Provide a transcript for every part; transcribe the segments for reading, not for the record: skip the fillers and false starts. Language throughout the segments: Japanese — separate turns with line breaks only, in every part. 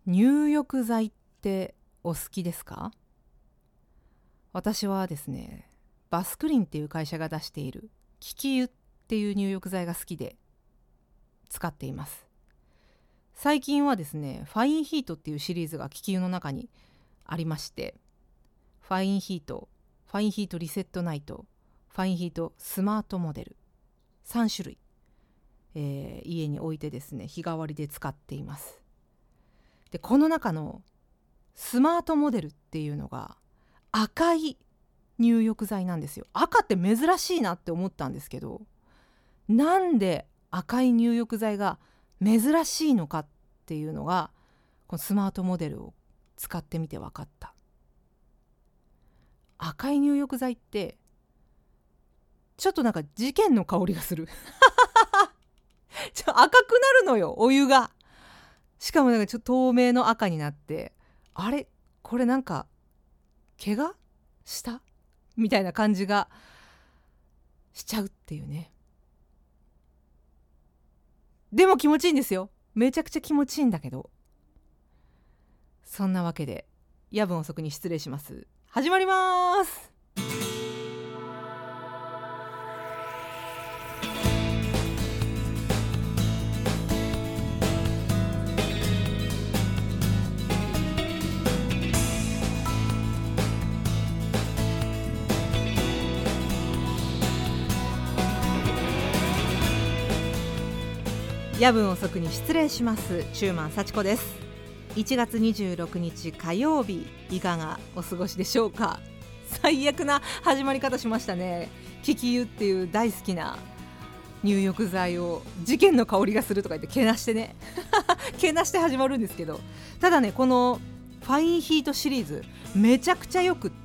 入浴剤ってお好きですか？私はですね、バスクリンっていう会社が出しているキキユっていう入浴剤が好きで使っています。最近はですね、ファインヒートっていうシリーズがキキユの中にありまして、ファインヒート、ファインヒートリセットナイト、ファインヒートスマートモデル、3種類、家に置いてですね、日替わりで使っています。でこの中のスマートモデルっていうのが赤い入浴剤なんですよ。赤って珍しいなって思ったんですけど、なんで赤い入浴剤が珍しいのかっていうのがこのスマートモデルを使ってみて分かった。赤い入浴剤ってちょっとなんか事件の香りがする赤くなるのよ、お湯が。しかもなんかちょっと透明の赤になって、あれこれなんか怪我したみたいな感じがしちゃうっていうね。でも気持ちいいんですよ。めちゃくちゃ気持ちいいんだけど。そんなわけで夜分遅くに失礼します。始まります。夜分遅くに失礼します。中馬幸子です。1月26日火曜日、いかがお過ごしでしょうか。最悪な始まり方しましたね。キキユっていう大好きな入浴剤を事件の香りがするとか言ってけなしてねけなして始まるんですけど、ただね、このファインヒートシリーズめちゃくちゃよくって、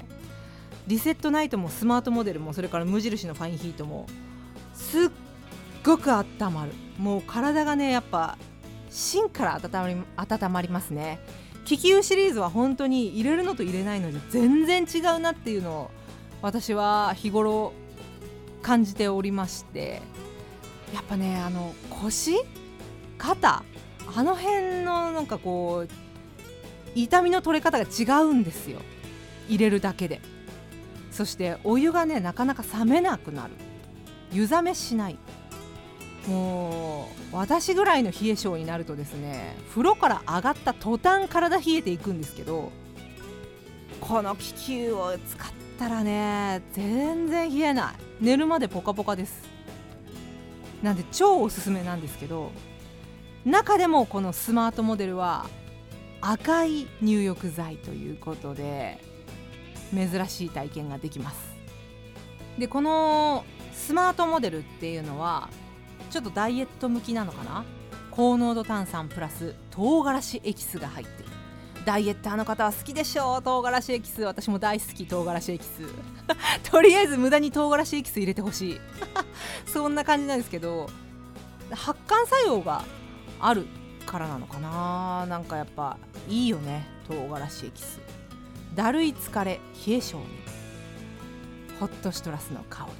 リセットナイトもスマートモデルも、それから無印のファインヒートもすっごく温まる。もう体がね、やっぱ芯から温まりますね。キキユシリーズは本当に入れるのと入れないので全然違うなっていうのを私は日頃感じておりまして、やっぱね、腰、肩、あの辺のなんかこう痛みの取れ方が違うんですよ、入れるだけで。そしてお湯がね、なかなか冷めなくなる、湯冷めしない。もう私ぐらいの冷え性になるとですね、風呂から上がった途端体冷えていくんですけど、この気球を使ったらね、全然冷えない。寝るまでポカポカです。なんで超おすすめなんですけど、中でもこのスマートモデルは赤い入浴剤ということで珍しい体験ができます。でこのスマートモデルっていうのはちょっとダイエット向きなのかな。高濃度炭酸プラス唐辛子エキスが入ってる。ダイエッターの方は好きでしょう、唐辛子エキス。私も大好き、唐辛子エキスとりあえず無駄に唐辛子エキス入れてほしいそんな感じなんですけど、発汗作用があるからなのかな。なんかやっぱいいよね、唐辛子エキス。だるい疲れ冷え性にホットシトラスの香り、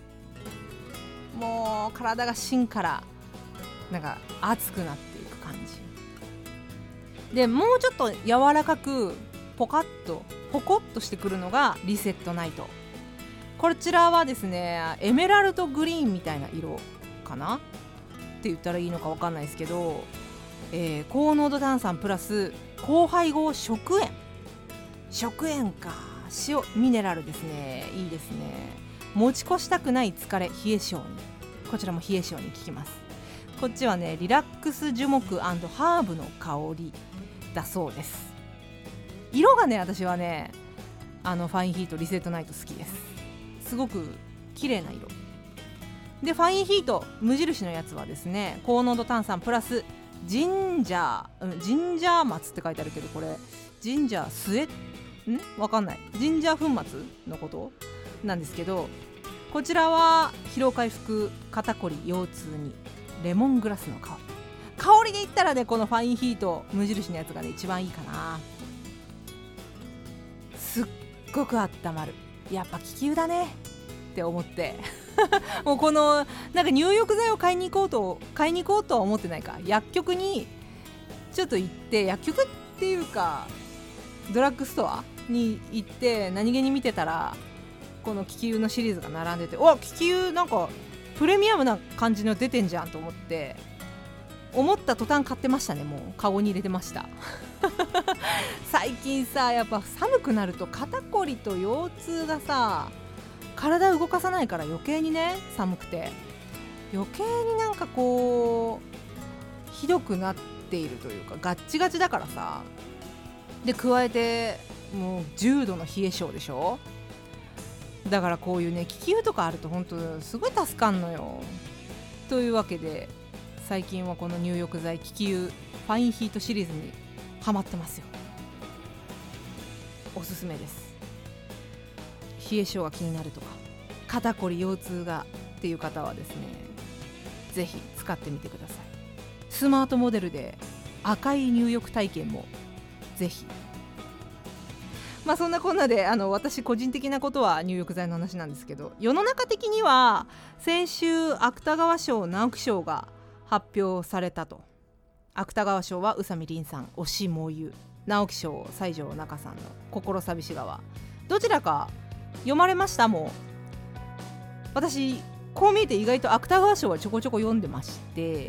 もう体が芯からなんか熱くなっていく感じで、もうちょっと柔らかくポコッとしてくるのがリセットナイト。こちらはですね、エメラルドグリーンみたいな色かなって言ったらいいのか分かんないですけど、高濃度炭酸プラス高配合食塩か、塩ミネラルですね。いいですね。持ち越したくない疲れ冷え性に、こちらも冷え性に効きます。こっちはね、リラックス樹木&ハーブの香りだそうです。色がね、私はね、ファインヒートリセットナイト好きです。すごく綺麗な色で、ファインヒート無印のやつはですね、高濃度炭酸プラスジンジャー松って書いてあるけど、これジンジャー末わかんない。ジンジャー粉末のことなんですけど、こちらは疲労回復、肩こり、腰痛にレモングラスの香りで言ったらね、このファインヒート無印のやつがね一番いいかな。すっごくあったまる。やっぱ気球だねって思ってもうこのなんか入浴剤を買いに行こうとは思ってないか。薬局にちょっと行って薬局っていうかドラッグストアに行って何気に見てたらこの気球のシリーズが並んでて、気球なんかプレミアムな感じの出てんじゃんと思って思った途端買ってましたね。もうカゴに入れてました最近さやっぱ寒くなると肩こりと腰痛がさ体動かさないから余計にね寒くて余計になんかこうひどくなっているというかガッチガチだからさ。で加えてもう重度の冷え性でしょ。だからこういうね気球とかあると本当すごい助かんのよ。というわけで最近はこの入浴剤気球ファインヒートシリーズにハマってますよ。おすすめです。冷え性が気になるとか肩こり腰痛がっていう方はですねぜひ使ってみてください。スマートモデルで赤い入浴体験もぜひ。そんなこんなで私個人的なことは入浴剤の話なんですけど、世の中的には先週芥川賞直木賞が発表されたと。芥川賞は宇佐見りんさん推しもゆ、直木賞西条中さんの心寂し川、どちらか読まれました？もう私こう見えて意外と芥川賞はちょこちょこ読んでまして、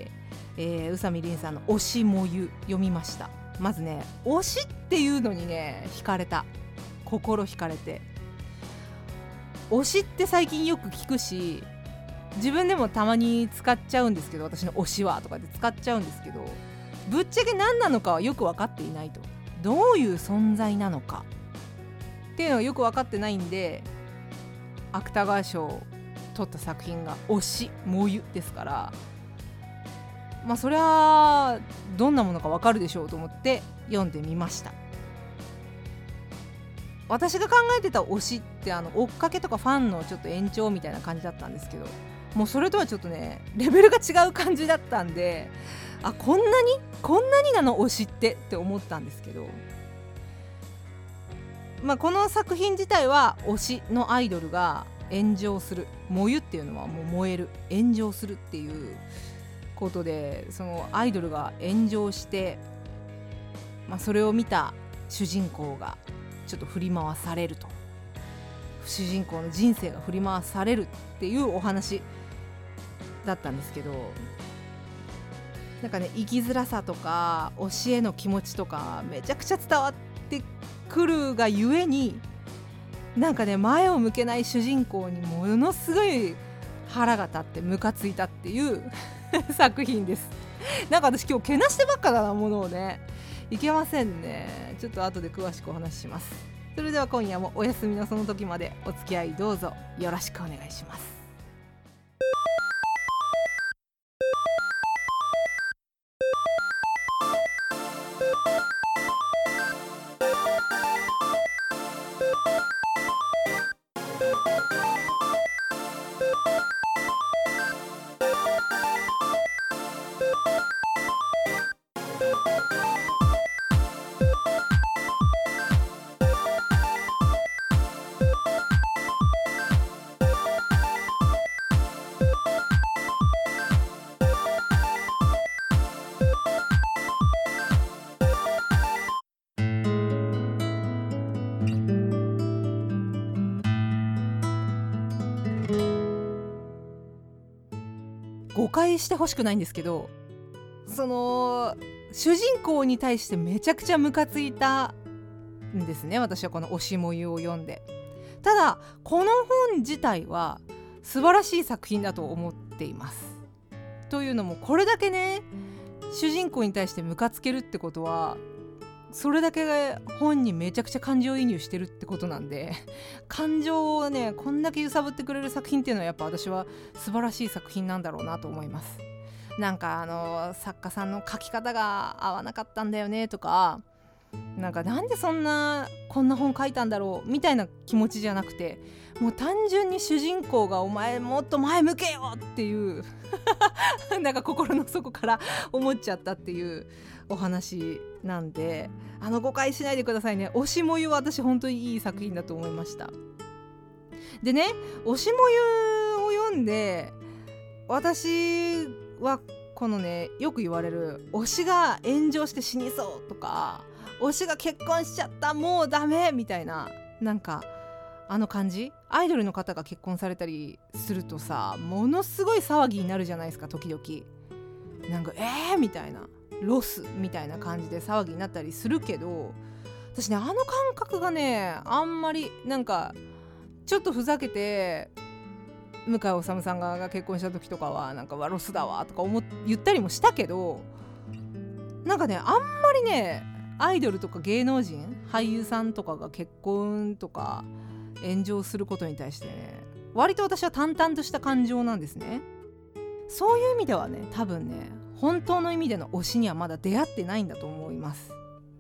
宇佐見りんさんの推しもゆ読みました。まずね推しっていうのにね惹かれた。心惹かれて、推しって最近よく聞くし自分でもたまに使っちゃうんですけど、私の推しはとかで使っちゃうんですけど、ぶっちゃけ何なのかはよく分かっていないと。どういう存在なのかっていうのがよく分かってないんで、芥川賞を取った作品が推しもゆですから、それはどんなものか分かるでしょうと思って読んでみました。私が考えてた推しって追っかけとかファンのちょっと延長みたいな感じだったんですけど、もうそれとはちょっとねレベルが違う感じだったんで、こんなになの推しって思ったんですけど、この作品自体は推しのアイドルが炎上する、燃ゆっていうのはもう燃える、炎上するっていうことで、そのアイドルが炎上して、それを見た主人公がちょっと振り回されると、主人公の人生が振り回されるっていうお話だったんですけど、なんかね生きづらさとか推しへの気持ちとかめちゃくちゃ伝わってくるがゆえに、なんかね前を向けない主人公にものすごい腹が立ってムカついたっていう作品です。なんか私今日けなしてばっかだなものをね、いけませんね。ちょっと後で詳しくお話しします。それでは今夜もお休みのその時までお付き合いどうぞよろしくお願いします。誤解してほしくないんですけど、その主人公に対してめちゃくちゃムカついたんですね、私はこの推しもゆを読んで。ただこの本自体は素晴らしい作品だと思っています。というのもこれだけね主人公に対してムカつけるってことは、それだけが本にめちゃくちゃ感情移入してるってことなんで、感情をねこんだけ揺さぶってくれる作品っていうのはやっぱ私は素晴らしい作品なんだろうなと思います。なんか作家さんの書き方が合わなかったんだよねとか、なんでこんな本書いたんだろうみたいな気持ちじゃなくて、もう単純に主人公がお前もっと前向けよっていうなんか心の底から思っちゃったっていうお話なんで、誤解しないでくださいね。推しもゆは私本当にいい作品だと思いました。でね、推しもゆを読んで私はこのねよく言われる推しが炎上して死にそうとか、推しが結婚しちゃったもうダメみたいな、なんかあの感じ、アイドルの方が結婚されたりするとさ、ものすごい騒ぎになるじゃないですか。時々なんかみたいな、ロスみたいな感じで騒ぎになったりするけど、私ねあの感覚がねあんまり、なんかちょっとふざけて向井理さんが結婚した時とかはなんかロスだわとか言ったりもしたけど、なんかねあんまりねアイドルとか芸能人俳優さんとかが結婚とか炎上することに対してね、割と私は淡々とした感情なんですね。そういう意味ではね、多分ね本当の意味での推しにはまだ出会ってないんだと思います。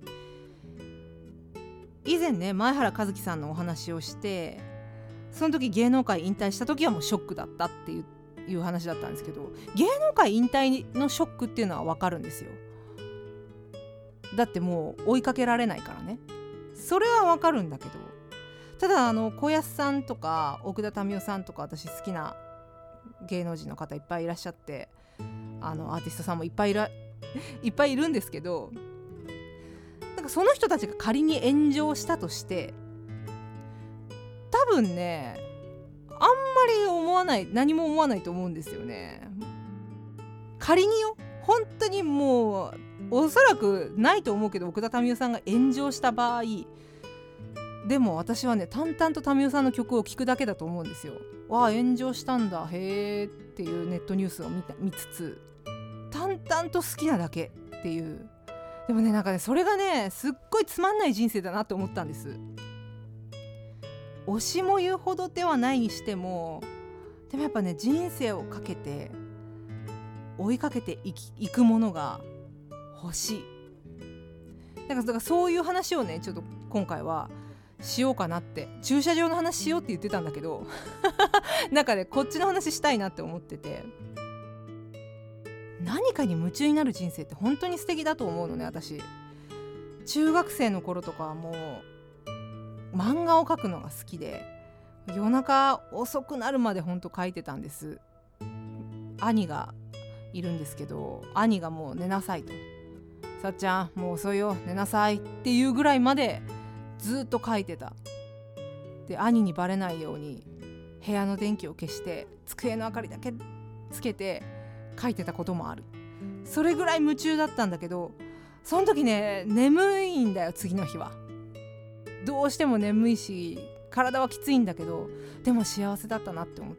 以前ね前原一樹さんのお話をして、その時芸能界引退した時はもうショックだったっていう話だったんですけど、芸能界引退のショックっていうのは分かるんですよ。だってもう追いかけられないからね、それは分かるんだけど、ただ小安さんとか奥田民生さんとか、私好きな芸能人の方いっぱいいらっしゃって、アーティストさんもいっぱいいるんですけど、なんかその人たちが仮に炎上したとして、多分ねあんまり何も思わないと思うんですよね。仮によ、本当にもうおそらくないと思うけど、奥田民生さんが炎上した場合でも、私はね淡々と民生さんの曲を聴くだけだと思うんですよ。わあ炎上したんだへーっていうネットニュースを見つつ、淡々と好きなだけっていう。でもねなんかねそれがねすっごいつまんない人生だなって思ったんです。推しも言うほどではないにしても、でもやっぱね人生をかけて追いかけていくものが欲しい。だからそういう話をねちょっと今回はしようかなって、駐車場の話しようって言ってたんだけどなんかねこっちの話したいなって思ってて、何かに夢中になる人生って本当に素敵だと思うのね。私中学生の頃とかはもう漫画を描くのが好きで、夜中遅くなるまで本当描いてたんです。兄がいるんですけど、兄がもう寝なさいと、さっちゃんもう遅いよ寝なさいっていうぐらいまでずっと描いてた。で兄にバレないように部屋の電気を消して机の明かりだけつけて描いてたこともある。それぐらい夢中だったんだけど、その時ね眠いんだよ。次の日はどうしても眠いし体はきついんだけど、でも幸せだったなって思って。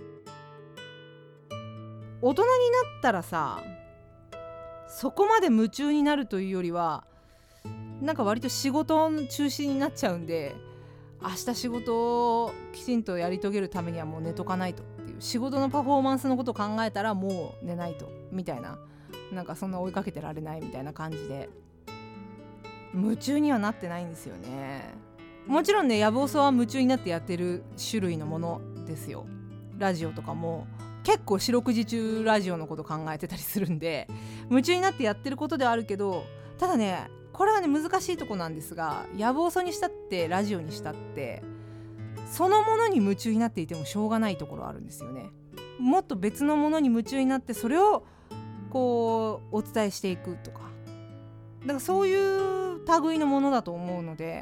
大人になったらさ、そこまで夢中になるというよりはなんか割と仕事中心になっちゃうんで、明日仕事をきちんとやり遂げるためにはもう寝とかないとっていう、仕事のパフォーマンスのことを考えたらもう寝ないとみたいな、なんかそんな追いかけてられないみたいな感じで夢中にはなってないんですよね。もちろんねやぶおそは夢中になってやってる種類のものですよ。ラジオとかも結構四六時中ラジオのこと考えてたりするんで夢中になってやってることではあるけど、ただねこれはね難しいとこなんですが、やぶおそにしたってラジオにしたってそのものに夢中になっていてもしょうがないところあるんですよね。もっと別のものに夢中になってそれをこうお伝えしていくとか、だからそういう類のものだと思うので、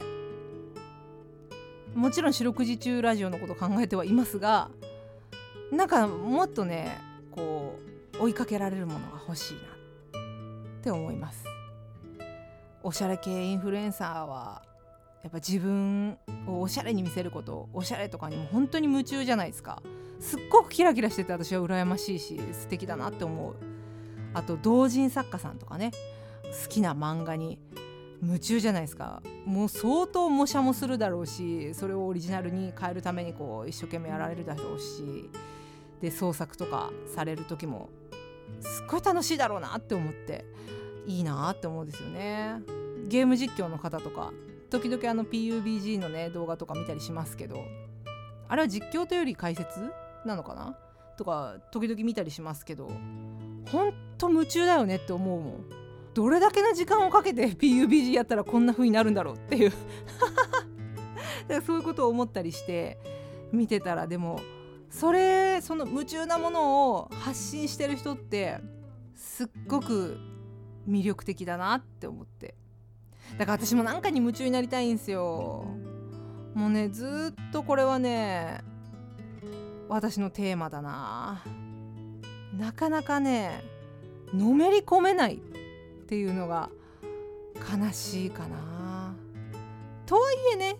もちろん四六時中ラジオのこと考えてはいますが、なんかもっとねこう追いかけられるものが欲しいなって思います。おしゃれ系インフルエンサーはやっぱ自分をおしゃれに見せること、おしゃれとかにも本当に夢中じゃないですか。すっごくキラキラしてて私は羨ましいし素敵だなって思う。あと同人作家さんとかね、好きな漫画に夢中じゃないですか。もう相当模写もするだろうし、それをオリジナルに変えるためにこう一生懸命やられるだろうし、で創作とかされる時もすっごい楽しいだろうなって思っていいなって思うんですよね。ゲーム実況の方とか時々PUBG のね動画とか見たりしますけど、あれは実況というより解説なのかなとか時々見たりしますけど、ほんと夢中だよねって思うもん。どれだけの時間をかけて PUBG やったらこんな風になるんだろうっていうだからそういうことを思ったりして見てたら、でもその夢中なものを発信してる人ってすっごく魅力的だなって思って、だから私もなんかに夢中になりたいんですよ。もうねずっとこれはね私のテーマだな。なかなかねのめり込めないっていうのが悲しいかな。とはいえ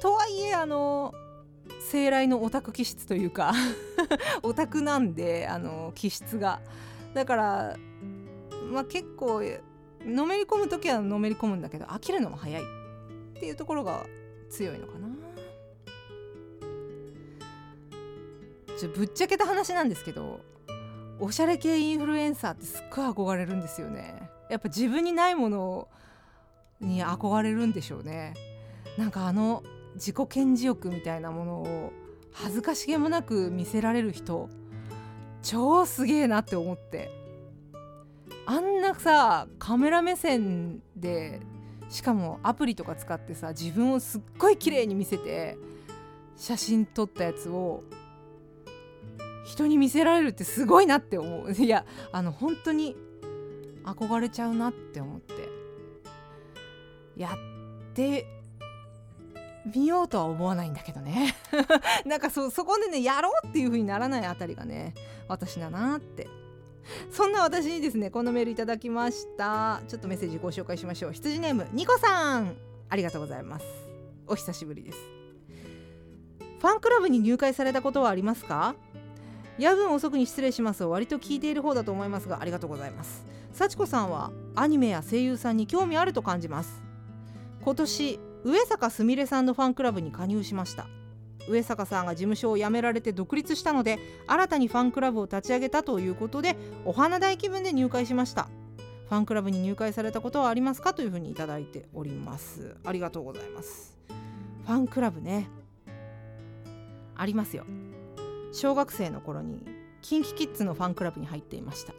生来のオタク気質というかオタクなんで気質がだから結構のめり込むときはのめり込むんだけど飽きるのも早いっていうところが強いのかな。ぶっちゃけた話なんですけど、おしゃれ系インフルエンサーってすっごい憧れるんですよね。やっぱ自分にないものに憧れるんでしょうね。なんか自己顕示欲みたいなものを恥ずかしげもなく見せられる人超すげえなって思って、あんなさカメラ目線でしかもアプリとか使ってさ自分をすっごい綺麗に見せて写真撮ったやつを人に見せられるってすごいなって思う。いや本当に憧れちゃうなって思ってやってみようとは思わないんだけどねなんかそこでねやろうっていう風にならないあたりがね私だなって。そんな私にですねこのメールいただきました。ちょっとメッセージご紹介しましょう。羊ネームニコさん、ありがとうございます。お久しぶりです。ファンクラブに入会されたことはありますか？夜分遅くに失礼しますを割と聞いている方だと思いますがありがとうございます。幸子さんはアニメや声優さんに興味あると感じます。今年上坂すみれさんのファンクラブに加入しました。上坂さんが事務所を辞められて独立したので新たにファンクラブを立ち上げたということでお花代気分で入会しました。ファンクラブに入会されたことはありますかというふうにいただいております。ありがとうございます。ファンクラブねありますよ。小学生の頃にキンキキッズのファンクラブに入っていました。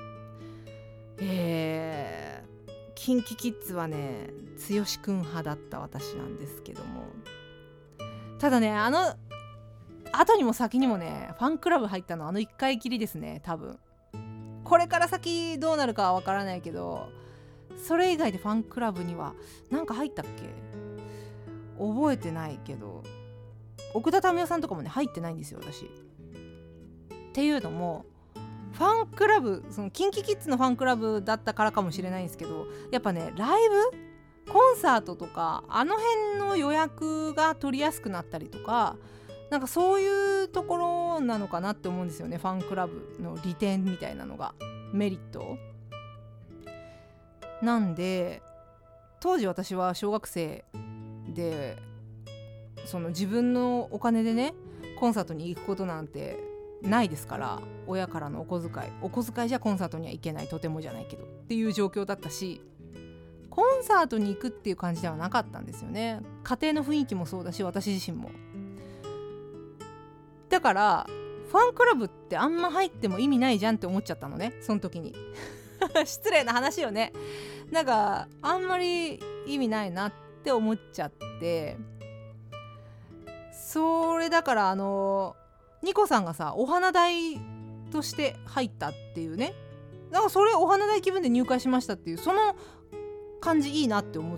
キンキキッズはね剛くん派だった私なんですけども、ただね後にも先にもねファンクラブ入ったの1回きりですね。多分これから先どうなるかはわからないけど、それ以外でファンクラブにはなんか入ったっけ覚えてないけど、奥田民生さんとかもね入ってないんですよ私。っていうのもファンクラブそのキンキキッズのファンクラブだったからかもしれないんですけど、やっぱねライブコンサートとか辺の予約が取りやすくなったりとか、なんかそういうところなのかなって思うんですよね。ファンクラブの利点みたいなのがメリットなんで、当時私は小学生でその自分のお金でねコンサートに行くことなんてないですから、親からのお小遣いじゃコンサートには行けない、とてもじゃないけどっていう状況だったし、コンサートに行くっていう感じではなかったんですよね。家庭の雰囲気もそうだし私自身も。だからファンクラブってあんま入っても意味ないじゃんって思っちゃったのねその時に失礼な話よね。なんかあんまり意味ないなって思っちゃって、それだからニコさんがさお花代として入ったっていうね、なんかそれお花代気分で入会しましたっていうその感じいいなって思って、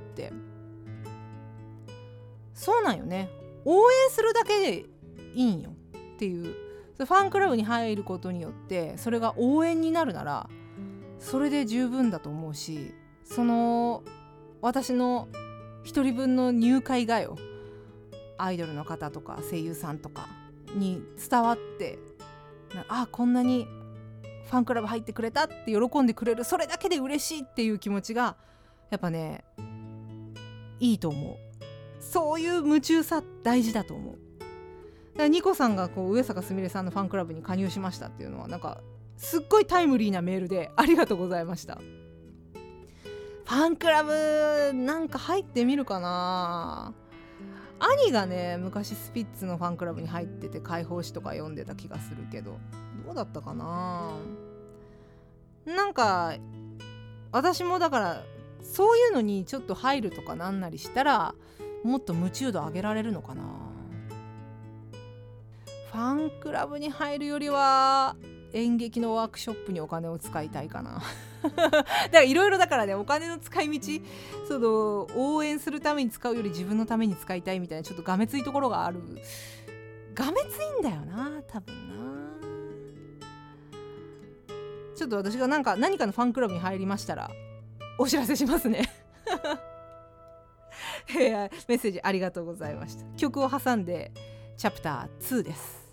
そうなんよね、応援するだけでいいんよっていう。ファンクラブに入ることによってそれが応援になるならそれで十分だと思うし、その私の一人分の入会がよアイドルの方とか声優さんとかに伝わって、こんなにファンクラブ入ってくれたって喜んでくれる、それだけで嬉しいっていう気持ちがやっぱねいいと思う。そういう夢中さ大事だと思う。だからニコさんが上坂すみれさんのファンクラブに加入しましたっていうのはなんかすっごいタイムリーなメールでありがとうございました。ファンクラブなんか入ってみるかな。兄がね昔スピッツのファンクラブに入ってて解放誌とか読んでた気がするけど、どうだったかな。なんか私もだからそういうのにちょっと入るとかなんなりしたらもっと夢中度上げられるのかな。ファンクラブに入るよりは演劇のワークショップにお金を使いたいかなだからいろいろだからね、お金の使い道、その応援するために使うより自分のために使いたいみたいな、ちょっとがめついところがある。がめついんだよな、多分な。ちょっと私が何かのファンクラブに入りましたらお知らせしますねメッセージありがとうございました。曲を挟んでチャプター2です。